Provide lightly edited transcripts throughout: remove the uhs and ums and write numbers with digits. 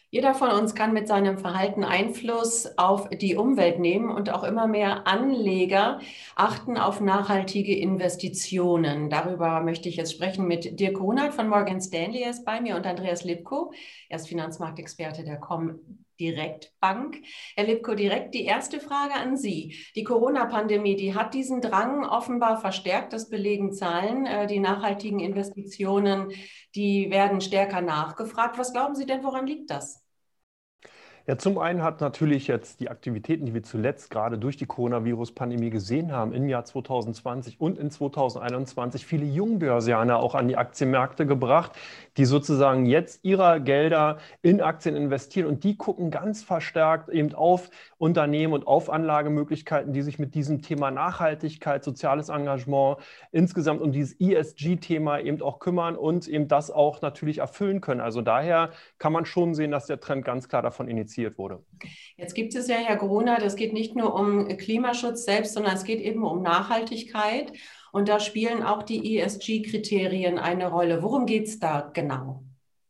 Jeder von uns kann mit seinem Verhalten Einfluss auf die Umwelt nehmen und auch immer mehr Anleger achten auf nachhaltige Investitionen. Darüber möchte ich jetzt sprechen mit Dirk Grunert von Morgan Stanley, er ist bei mir, und Andreas Lipko, er ist Finanzmarktexperte der Comdirect Bank. Herr Lipko, direkt die erste Frage an Sie. Die Corona-Pandemie, die hat diesen Drang offenbar verstärkt, das belegen Zahlen. Die nachhaltigen Investitionen, die werden stärker nachgefragt. Was glauben Sie denn, woran liegt das? Ja, zum einen hat natürlich jetzt die Aktivitäten, die wir zuletzt gerade durch die Coronavirus-Pandemie gesehen haben, im Jahr 2020 und in 2021 viele Jungbörsianer auch an die Aktienmärkte gebracht, die sozusagen jetzt ihre Gelder in Aktien investieren, und die gucken ganz verstärkt eben auf Unternehmen und auf Anlagemöglichkeiten, die sich mit diesem Thema Nachhaltigkeit, soziales Engagement, insgesamt um dieses ESG-Thema eben auch kümmern und eben das auch natürlich erfüllen können. Also daher kann man schon sehen, dass der Trend ganz klar davon initiiert wurde. Jetzt gibt es ja, Herr Grunert, es geht nicht nur um Klimaschutz selbst, sondern es geht eben um Nachhaltigkeit. Und da spielen auch die ESG-Kriterien eine Rolle. Worum geht es da genau?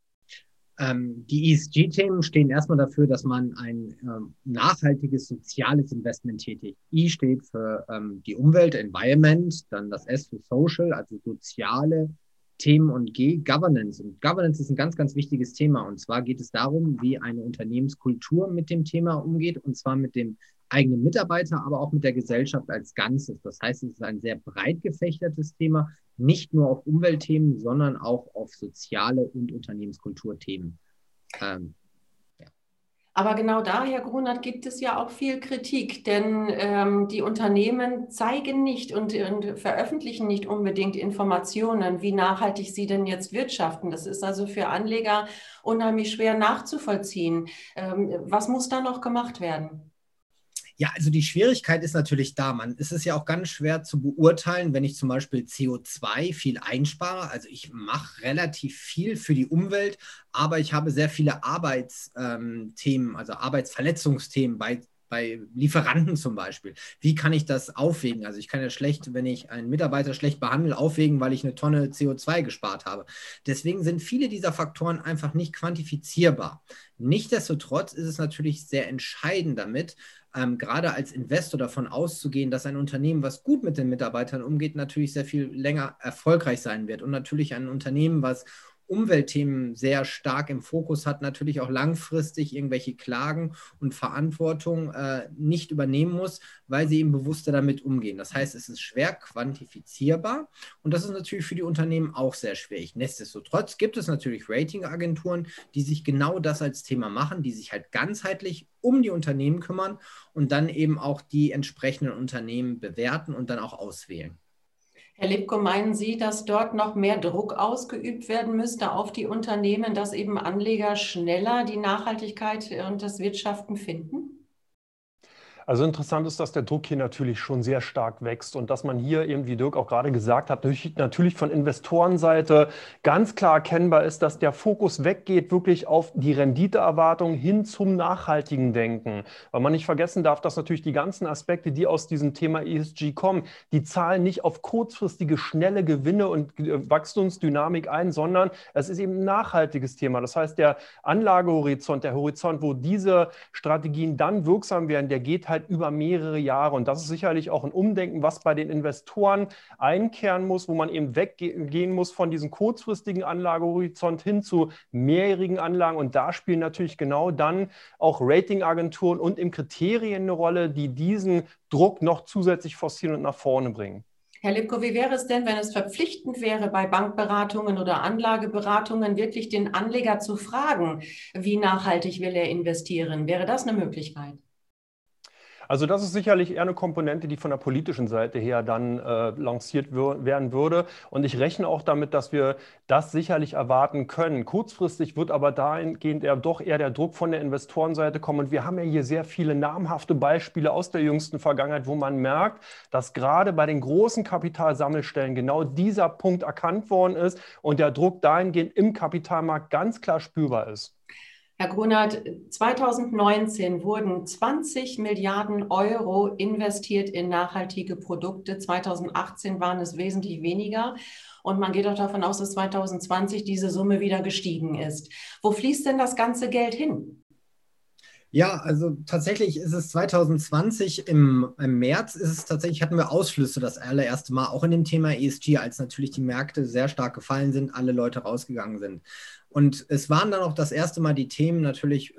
Die ESG-Themen stehen erstmal dafür, dass man ein nachhaltiges soziales Investment tätigt. I steht für die Umwelt, Environment, dann das S für Social, also soziale Themen, und G, Governance. Und Governance ist ein ganz, ganz wichtiges Thema. Und zwar geht es darum, wie eine Unternehmenskultur mit dem Thema umgeht, und zwar mit dem eigenen Mitarbeiter, aber auch mit der Gesellschaft als Ganzes. Das heißt, es ist ein sehr breit gefächertes Thema, nicht nur auf Umweltthemen, sondern auch auf soziale und Unternehmenskulturthemen. Ja. Aber genau da, Herr Grunert, gibt es ja auch viel Kritik, denn die Unternehmen zeigen nicht und veröffentlichen nicht unbedingt Informationen, wie nachhaltig sie denn jetzt wirtschaften. Das ist also für Anleger unheimlich schwer nachzuvollziehen. Was muss da noch gemacht werden? Ja, also die Schwierigkeit ist natürlich da. Es ist ja auch ganz schwer zu beurteilen, wenn ich zum Beispiel CO2 viel einspare. Also ich mache relativ viel für die Umwelt, aber ich habe sehr viele Arbeitsthemen, also Arbeitsverletzungsthemen bei Lieferanten zum Beispiel. Wie kann ich das aufwägen? Also ich kann ja schlecht, wenn ich einen Mitarbeiter schlecht behandle, aufwägen, weil ich eine Tonne CO2 gespart habe. Deswegen sind viele dieser Faktoren einfach nicht quantifizierbar. Nichtsdestotrotz ist es natürlich sehr entscheidend damit, gerade als Investor davon auszugehen, dass ein Unternehmen, was gut mit den Mitarbeitern umgeht, natürlich sehr viel länger erfolgreich sein wird. Und natürlich ein Unternehmen, was Umweltthemen sehr stark im Fokus hat, natürlich auch langfristig irgendwelche Klagen und Verantwortung nicht übernehmen muss, weil sie eben bewusster damit umgehen. Das heißt, es ist schwer quantifizierbar, und das ist natürlich für die Unternehmen auch sehr schwierig. Nichtsdestotrotz gibt es natürlich Ratingagenturen, die sich genau das als Thema machen, die sich halt ganzheitlich um die Unternehmen kümmern und dann eben auch die entsprechenden Unternehmen bewerten und dann auch auswählen. Herr Lipko, meinen Sie, dass dort noch mehr Druck ausgeübt werden müsste auf die Unternehmen, dass eben Anleger schneller die Nachhaltigkeit und das Wirtschaften finden? Also interessant ist, dass der Druck hier natürlich schon sehr stark wächst und dass man hier eben, wie Dirk auch gerade gesagt hat, natürlich von Investorenseite ganz klar erkennbar ist, dass der Fokus weggeht wirklich auf die Renditeerwartung hin zum nachhaltigen Denken. Weil man nicht vergessen darf, dass natürlich die ganzen Aspekte, die aus diesem Thema ESG kommen, die zahlen nicht auf kurzfristige, schnelle Gewinne und Wachstumsdynamik ein, sondern es ist eben ein nachhaltiges Thema. Das heißt, der Anlagehorizont, der Horizont, wo diese Strategien dann wirksam werden, der geht halt über mehrere Jahre. Und das ist sicherlich auch ein Umdenken, was bei den Investoren einkehren muss, wo man eben weggehen muss von diesem kurzfristigen Anlagehorizont hin zu mehrjährigen Anlagen. Und da spielen natürlich genau dann auch Ratingagenturen und im Kriterien eine Rolle, die diesen Druck noch zusätzlich forcieren und nach vorne bringen. Herr Lipko, wie wäre es denn, wenn es verpflichtend wäre, bei Bankberatungen oder Anlageberatungen wirklich den Anleger zu fragen, wie nachhaltig will er investieren? Wäre das eine Möglichkeit? Also das ist sicherlich eher eine Komponente, die von der politischen Seite her dann lanciert werden würde. Und ich rechne auch damit, dass wir das sicherlich erwarten können. Kurzfristig wird aber dahingehend doch eher der Druck von der Investorenseite kommen. Und wir haben ja hier sehr viele namhafte Beispiele aus der jüngsten Vergangenheit, wo man merkt, dass gerade bei den großen Kapitalsammelstellen genau dieser Punkt erkannt worden ist und der Druck dahingehend im Kapitalmarkt ganz klar spürbar ist. Herr Grunert, 2019 wurden 20 Milliarden Euro investiert in nachhaltige Produkte. 2018 waren es wesentlich weniger. Und man geht auch davon aus, dass 2020 diese Summe wieder gestiegen ist. Wo fließt denn das ganze Geld hin? Ja, also tatsächlich ist es 2020 im März hatten wir Ausflüsse das allererste Mal, auch in dem Thema ESG, als natürlich die Märkte sehr stark gefallen sind, alle Leute rausgegangen sind. Und es waren dann auch das erste Mal die Themen natürlich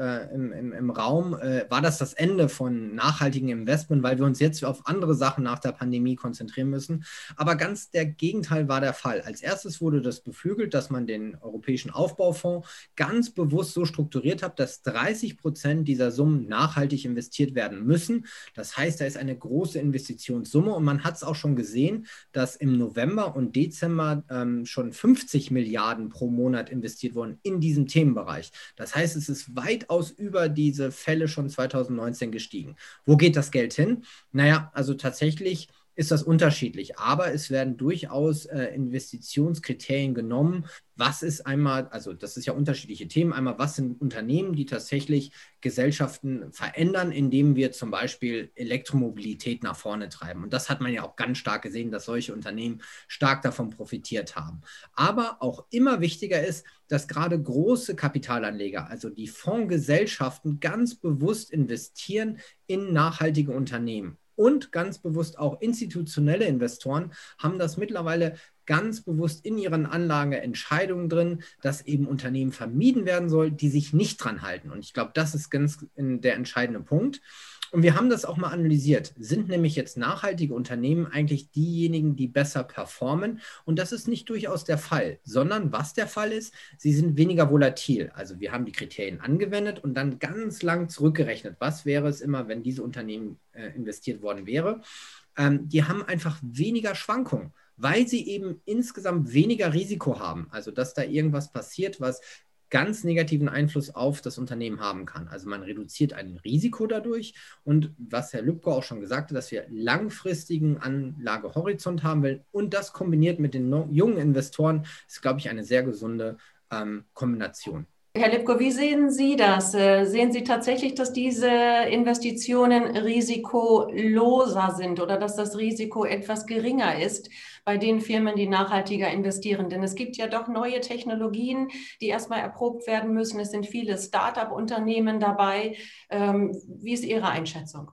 im Raum. War das Ende von nachhaltigem Investment, weil wir uns jetzt auf andere Sachen nach der Pandemie konzentrieren müssen? Aber ganz der Gegenteil war der Fall. Als erstes wurde das beflügelt, dass man den Europäischen Aufbaufonds ganz bewusst so strukturiert hat, dass 30% dieser Summen nachhaltig investiert werden müssen. Das heißt, da ist eine große Investitionssumme und man hat es auch schon gesehen, dass im November und Dezember schon 50 Milliarden pro Monat investiert wurden in diesem Themenbereich. Das heißt, es ist weitaus über diese Fälle schon 2019 gestiegen. Wo geht das Geld hin? Naja, also tatsächlich ist das unterschiedlich, aber es werden durchaus Investitionskriterien genommen. Was ist einmal, also das ist ja unterschiedliche Themen, einmal was sind Unternehmen, die tatsächlich Gesellschaften verändern, indem wir zum Beispiel Elektromobilität nach vorne treiben. Und das hat man ja auch ganz stark gesehen, dass solche Unternehmen stark davon profitiert haben. Aber auch immer wichtiger ist, dass gerade große Kapitalanleger, also die Fondsgesellschaften, ganz bewusst investieren in nachhaltige Unternehmen. Und ganz bewusst auch institutionelle Investoren haben das mittlerweile ganz bewusst in ihren Anlagen Entscheidungen drin, dass eben Unternehmen vermieden werden soll, die sich nicht dran halten. Und ich glaube, das ist ganz der entscheidende Punkt. Und wir haben das auch mal analysiert. Sind nämlich jetzt nachhaltige Unternehmen eigentlich diejenigen, die besser performen? Und das ist nicht durchaus der Fall, sondern was der Fall ist, sie sind weniger volatil. Also wir haben die Kriterien angewendet und dann ganz lang zurückgerechnet. Was wäre es immer, wenn diese Unternehmen investiert worden wäre? Die haben einfach weniger Schwankungen, weil sie eben insgesamt weniger Risiko haben. Also dass da irgendwas passiert, was ganz negativen Einfluss auf das Unternehmen haben kann. Also man reduziert ein Risiko dadurch und was Herr Lübke auch schon gesagt hat, dass wir langfristigen Anlagehorizont haben wollen und das kombiniert mit den jungen Investoren ist, glaube ich, eine sehr gesunde Kombination. Herr Lipko, wie sehen Sie das? Sehen Sie tatsächlich, dass diese Investitionen risikoloser sind oder dass das Risiko etwas geringer ist bei den Firmen, die nachhaltiger investieren? Denn es gibt ja doch neue Technologien, die erstmal erprobt werden müssen. Es sind viele Start-up-Unternehmen dabei. Wie ist Ihre Einschätzung?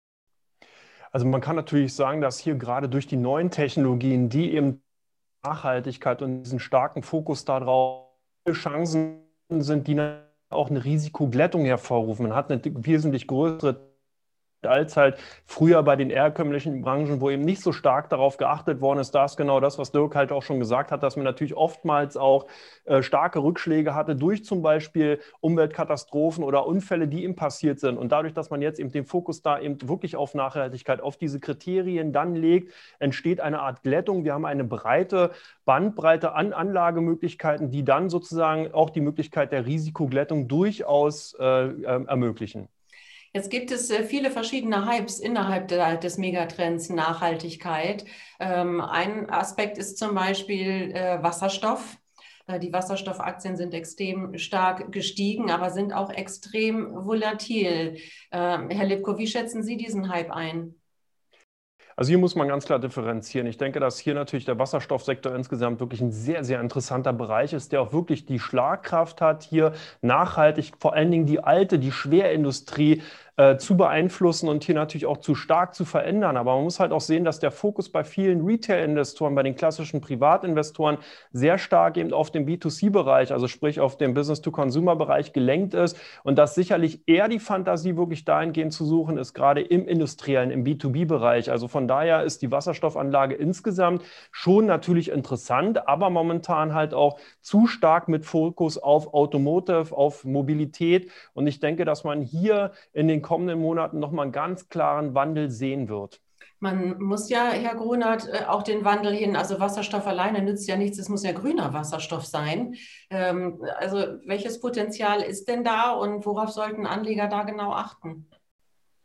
Also man kann natürlich sagen, dass hier gerade durch die neuen Technologien, die eben Nachhaltigkeit und diesen starken Fokus darauf Chancen sind, die auch eine Risikoglättung hervorrufen. Man hat eine wesentlich größere als halt früher bei den herkömmlichen Branchen, wo eben nicht so stark darauf geachtet worden ist. Da ist genau das, was Dirk halt auch schon gesagt hat, dass man natürlich oftmals auch starke Rückschläge hatte durch zum Beispiel Umweltkatastrophen oder Unfälle, die ihm passiert sind. Und dadurch, dass man jetzt eben den Fokus da eben wirklich auf Nachhaltigkeit, auf diese Kriterien dann legt, entsteht eine Art Glättung. Wir haben eine breite Bandbreite an Anlagemöglichkeiten, die dann sozusagen auch die Möglichkeit der Risikoglättung durchaus ermöglichen. Jetzt gibt es viele verschiedene Hypes innerhalb des Megatrends Nachhaltigkeit. Ein Aspekt ist zum Beispiel Wasserstoff. Die Wasserstoffaktien sind extrem stark gestiegen, aber sind auch extrem volatil. Herr Lipko, wie schätzen Sie diesen Hype ein? Also hier muss man ganz klar differenzieren. Ich denke, dass hier natürlich der Wasserstoffsektor insgesamt wirklich ein sehr, sehr interessanter Bereich ist, der auch wirklich die Schlagkraft hat, hier nachhaltig vor allen Dingen die Schwerindustrie zu beeinflussen und hier natürlich auch zu stark zu verändern. Aber man muss halt auch sehen, dass der Fokus bei vielen Retail-Investoren, bei den klassischen Privatinvestoren sehr stark eben auf dem B2C-Bereich, also sprich auf dem Business-to-Consumer-Bereich gelenkt ist und dass sicherlich eher die Fantasie wirklich dahingehend zu suchen ist, gerade im industriellen, im B2B-Bereich. Also von daher ist die Wasserstoffanlage insgesamt schon natürlich interessant, aber momentan halt auch zu stark mit Fokus auf Automotive, auf Mobilität. Und ich denke, dass man hier in den kommenden Monaten nochmal einen ganz klaren Wandel sehen wird. Man muss ja, Herr Grunert, auch den Wandel hin, also Wasserstoff alleine nützt ja nichts, es muss ja grüner Wasserstoff sein. Also welches Potenzial ist denn da und worauf sollten Anleger da genau achten?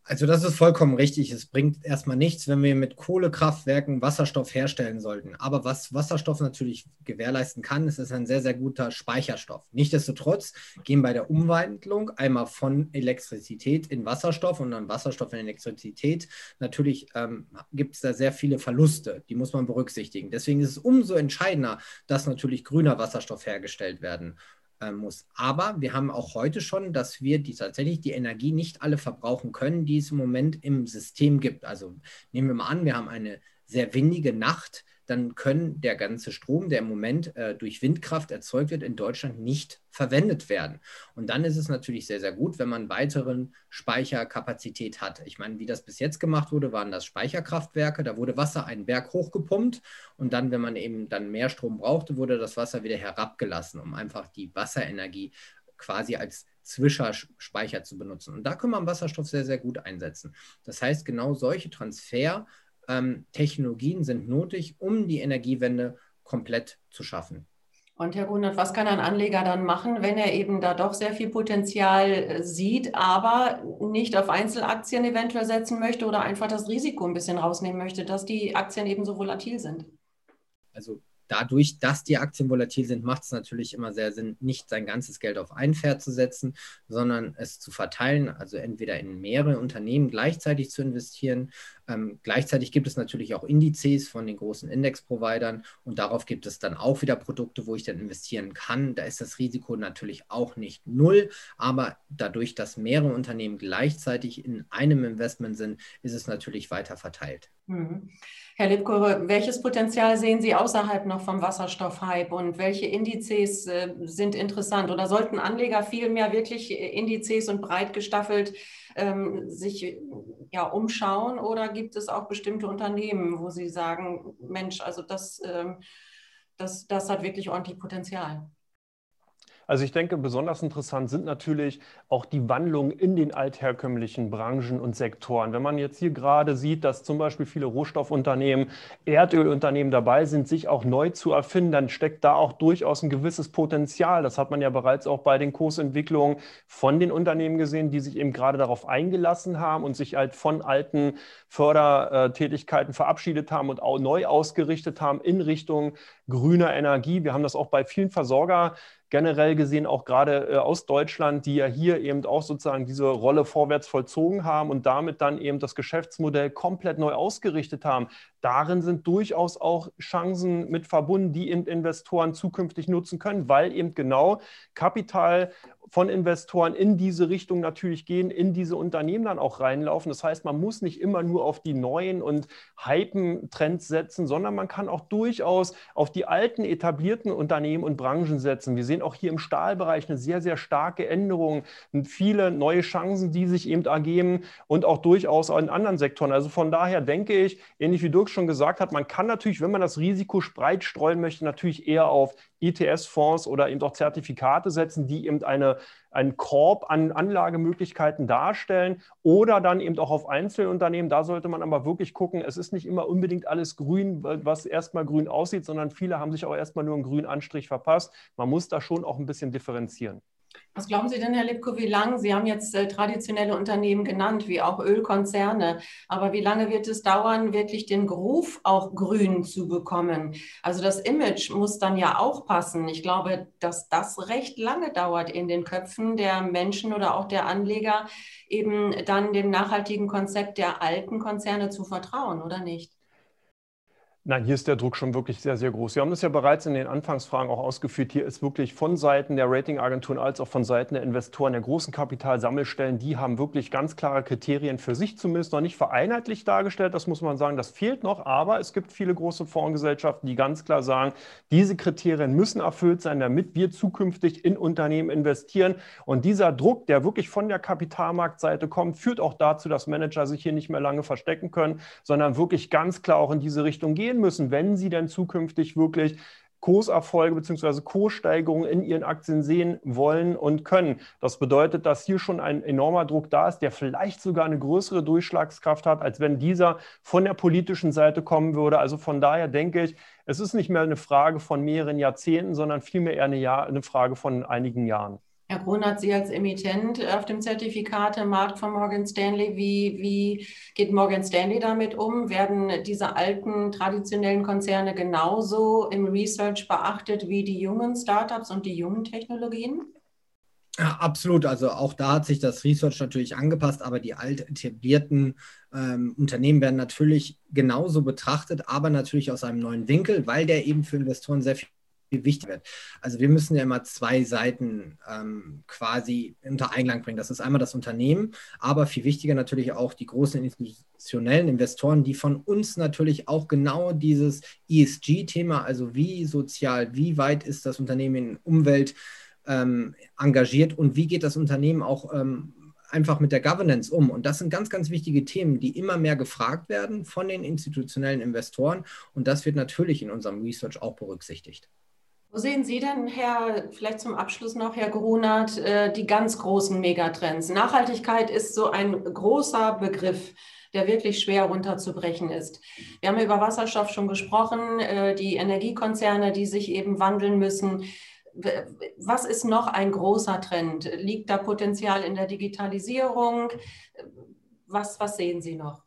Also das ist vollkommen richtig. Es bringt erstmal nichts, wenn wir mit Kohlekraftwerken Wasserstoff herstellen sollten. Aber was Wasserstoff natürlich gewährleisten kann, ist ein sehr, sehr guter Speicherstoff. Nichtsdestotrotz gehen bei der Umwandlung einmal von Elektrizität in Wasserstoff und dann Wasserstoff in Elektrizität natürlich gibt es da sehr viele Verluste, die muss man berücksichtigen. Deswegen ist es umso entscheidender, dass natürlich grüner Wasserstoff hergestellt werden muss. Aber wir haben auch heute schon, dass wir tatsächlich die Energie nicht alle verbrauchen können, die es im Moment im System gibt. Also nehmen wir mal an, wir haben eine sehr windige Nacht, dann können der ganze Strom, der im Moment durch Windkraft erzeugt wird, in Deutschland nicht verwendet werden. Und dann ist es natürlich sehr, sehr gut, wenn man weiteren Speicherkapazität hat. Ich meine, wie das bis jetzt gemacht wurde, waren das Speicherkraftwerke. Da wurde Wasser einen Berg hochgepumpt und dann, wenn man eben dann mehr Strom brauchte, wurde das Wasser wieder herabgelassen, um einfach die Wasserenergie quasi als Zwischenspeicher zu benutzen. Und da kann man Wasserstoff sehr, sehr gut einsetzen. Das heißt, genau solche Technologien sind nötig, um die Energiewende komplett zu schaffen. Und Herr Grunert, was kann ein Anleger dann machen, wenn er eben da doch sehr viel Potenzial sieht, aber nicht auf Einzelaktien eventuell setzen möchte oder einfach das Risiko ein bisschen rausnehmen möchte, dass die Aktien eben so volatil sind? Also dadurch, dass die Aktien volatil sind, macht es natürlich immer sehr Sinn, nicht sein ganzes Geld auf ein Pferd zu setzen, sondern es zu verteilen, also entweder in mehrere Unternehmen gleichzeitig zu investieren. Gleichzeitig gibt es natürlich auch Indizes von den großen Index-Providern und darauf gibt es dann auch wieder Produkte, wo ich dann investieren kann. Da ist das Risiko natürlich auch nicht null, aber dadurch, dass mehrere Unternehmen gleichzeitig in einem Investment sind, ist es natürlich weiter verteilt. Herr Lipkow, welches Potenzial sehen Sie außerhalb noch vom Wasserstoffhype und welche Indizes sind interessant? Oder sollten Anleger vielmehr wirklich Indizes und breit gestaffelt sich umschauen? Oder gibt es auch bestimmte Unternehmen, wo Sie sagen, Mensch, also das hat wirklich ordentlich Potenzial? Also ich denke, besonders interessant sind natürlich auch die Wandlungen in den altherkömmlichen Branchen und Sektoren. Wenn man jetzt hier gerade sieht, dass zum Beispiel viele Rohstoffunternehmen, Erdölunternehmen dabei sind, sich auch neu zu erfinden, dann steckt da auch durchaus ein gewisses Potenzial. Das hat man ja bereits auch bei den Kursentwicklungen von den Unternehmen gesehen, die sich eben gerade darauf eingelassen haben und sich halt von alten Fördertätigkeiten verabschiedet haben und auch neu ausgerichtet haben in Richtung grüner Energie. Wir haben das auch bei vielen Versorgern generell gesehen, auch gerade aus Deutschland, die ja hier eben auch sozusagen diese Rolle vorwärts vollzogen haben und damit dann eben das Geschäftsmodell komplett neu ausgerichtet haben. Darin sind durchaus auch Chancen mit verbunden, die eben Investoren zukünftig nutzen können, weil eben genau Kapital von Investoren in diese Richtung natürlich gehen, in diese Unternehmen dann auch reinlaufen. Das heißt, man muss nicht immer nur auf die neuen und hypen Trends setzen, sondern man kann auch durchaus auf die alten etablierten Unternehmen und Branchen setzen. Wir sehen auch hier im Stahlbereich eine sehr, sehr starke Änderung und viele neue Chancen, die sich eben ergeben und auch durchaus auch in anderen Sektoren. Also von daher denke ich, ähnlich wie Dirk schon gesagt hat, man kann natürlich, wenn man das Risiko breit streuen möchte, natürlich eher auf ETS-Fonds oder eben auch Zertifikate setzen, die eben einen Korb an Anlagemöglichkeiten darstellen oder dann eben auch auf Einzelunternehmen. Da sollte man aber wirklich gucken, es ist nicht immer unbedingt alles grün, was erstmal grün aussieht, sondern viele haben sich auch erstmal nur einen grünen Anstrich verpasst. Man muss da schon auch ein bisschen differenzieren. Was glauben Sie denn, Herr Lipkow, wie lange? Sie haben jetzt traditionelle Unternehmen genannt, wie auch Ölkonzerne. Aber wie lange wird es dauern, wirklich den Ruf auch grün zu bekommen? Also das Image muss dann ja auch passen. Ich glaube, dass das recht lange dauert in den Köpfen der Menschen oder auch der Anleger, eben dann dem nachhaltigen Konzept der alten Konzerne zu vertrauen, oder nicht? Nein, hier ist der Druck schon wirklich sehr, sehr groß. Wir haben das ja bereits in den Anfangsfragen auch ausgeführt. Hier ist wirklich von Seiten der Ratingagenturen als auch von Seiten der Investoren, der großen Kapitalsammelstellen, die haben wirklich ganz klare Kriterien für sich zumindest noch nicht vereinheitlicht dargestellt. Das muss man sagen, das fehlt noch. Aber es gibt viele große Fondsgesellschaften, die ganz klar sagen, diese Kriterien müssen erfüllt sein, damit wir zukünftig in Unternehmen investieren. Und dieser Druck, der wirklich von der Kapitalmarktseite kommt, führt auch dazu, dass Manager sich hier nicht mehr lange verstecken können, sondern wirklich ganz klar auch in diese Richtung gehen müssen, wenn sie dann zukünftig wirklich Kurserfolge bzw. Kurssteigerungen in ihren Aktien sehen wollen und können. Das bedeutet, dass hier schon ein enormer Druck da ist, der vielleicht sogar eine größere Durchschlagskraft hat, als wenn dieser von der politischen Seite kommen würde. Also von daher denke ich, es ist nicht mehr eine Frage von mehreren Jahrzehnten, sondern vielmehr eher eine Frage von einigen Jahren. Herr Grunert, Sie als Emittent auf dem Zertifikatemarkt von Morgan Stanley, wie geht Morgan Stanley damit um? Werden diese alten traditionellen Konzerne genauso im Research beachtet wie die jungen Startups und die jungen Technologien? Ja, absolut. Also auch da hat sich das Research natürlich angepasst, aber die alt etablierten Unternehmen werden natürlich genauso betrachtet, aber natürlich aus einem neuen Winkel, weil der eben für Investoren sehr viel wichtig wird. Also wir müssen ja immer zwei Seiten quasi unter Einklang bringen. Das ist einmal das Unternehmen, aber viel wichtiger natürlich auch die großen institutionellen Investoren, die von uns natürlich auch genau dieses ESG-Thema, also wie sozial, wie weit ist das Unternehmen in Umwelt engagiert und wie geht das Unternehmen auch einfach mit der Governance um. Und das sind ganz, ganz wichtige Themen, die immer mehr gefragt werden von den institutionellen Investoren. Und das wird natürlich in unserem Research auch berücksichtigt. Wo sehen Sie denn, vielleicht zum Abschluss noch, Herr Grunert, die ganz großen Megatrends? Nachhaltigkeit ist so ein großer Begriff, der wirklich schwer runterzubrechen ist. Wir haben über Wasserstoff schon gesprochen, die Energiekonzerne, die sich eben wandeln müssen. Was ist noch ein großer Trend? Liegt da Potenzial in der Digitalisierung? Was sehen Sie noch?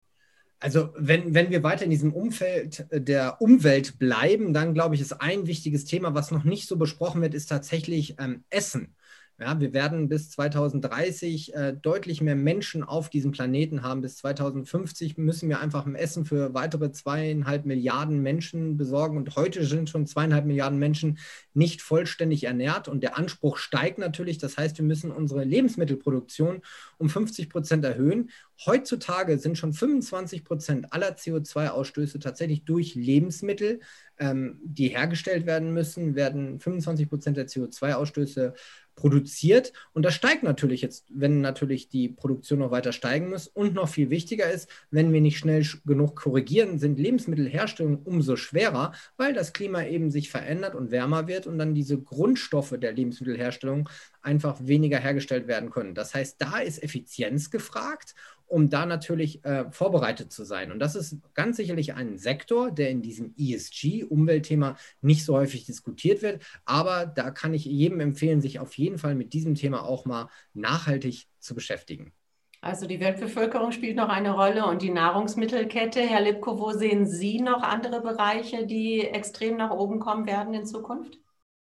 Also wenn wir weiter in diesem Umfeld der Umwelt bleiben, dann glaube ich, ist ein wichtiges Thema, was noch nicht so besprochen wird, ist tatsächlich Essen. Ja, wir werden bis 2030 deutlich mehr Menschen auf diesem Planeten haben. Bis 2050 müssen wir einfach ein Essen für weitere 2,5 Milliarden Menschen besorgen. Und heute sind schon 2,5 Milliarden Menschen nicht vollständig ernährt. Und der Anspruch steigt natürlich. Das heißt, wir müssen unsere Lebensmittelproduktion um 50% erhöhen. Heutzutage sind schon 25% aller CO2-Ausstöße tatsächlich durch Lebensmittel, die hergestellt werden müssen, werden 25% der CO2-Ausstöße produziert. Und das steigt natürlich jetzt, wenn natürlich die Produktion noch weiter steigen muss. Und noch viel wichtiger ist, wenn wir nicht schnell genug korrigieren, sind Lebensmittelherstellungen umso schwerer, weil das Klima eben sich verändert und wärmer wird und dann diese Grundstoffe der Lebensmittelherstellung einfach weniger hergestellt werden können. Das heißt, da ist Effizienz gefragt, um da natürlich vorbereitet zu sein. Und das ist ganz sicherlich ein Sektor, der in diesem ESG-Umweltthema nicht so häufig diskutiert wird. Aber da kann ich jedem empfehlen, sich auf jeden Fall mit diesem Thema auch mal nachhaltig zu beschäftigen. Also die Weltbevölkerung spielt noch eine Rolle und die Nahrungsmittelkette. Herr Lipko, wo sehen Sie noch andere Bereiche, die extrem nach oben kommen werden in Zukunft?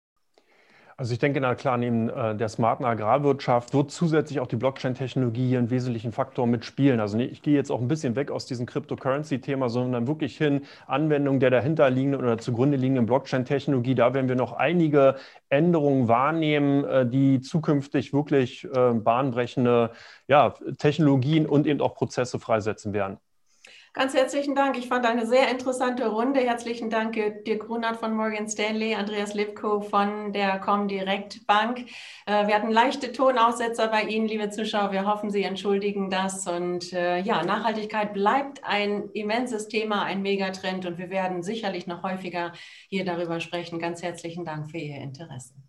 Also ich denke, na klar, neben der smarten Agrarwirtschaft wird zusätzlich auch die Blockchain-Technologie hier einen wesentlichen Faktor mitspielen. Also ich gehe jetzt auch ein bisschen weg aus diesem Cryptocurrency-Thema, sondern wirklich hin Anwendung der dahinterliegenden oder zugrunde liegenden Blockchain-Technologie. Da werden wir noch einige Änderungen wahrnehmen, die zukünftig wirklich bahnbrechende Technologien und eben auch Prozesse freisetzen werden. Ganz herzlichen Dank. Ich fand eine sehr interessante Runde. Herzlichen Dank, Dirk Grunert von Morgan Stanley, Andreas Lipko von der Comdirect Bank. Wir hatten leichte Tonaussetzer bei Ihnen, liebe Zuschauer. Wir hoffen, Sie entschuldigen das. Und Nachhaltigkeit bleibt ein immenses Thema, ein Megatrend. Und wir werden sicherlich noch häufiger hier darüber sprechen. Ganz herzlichen Dank für Ihr Interesse.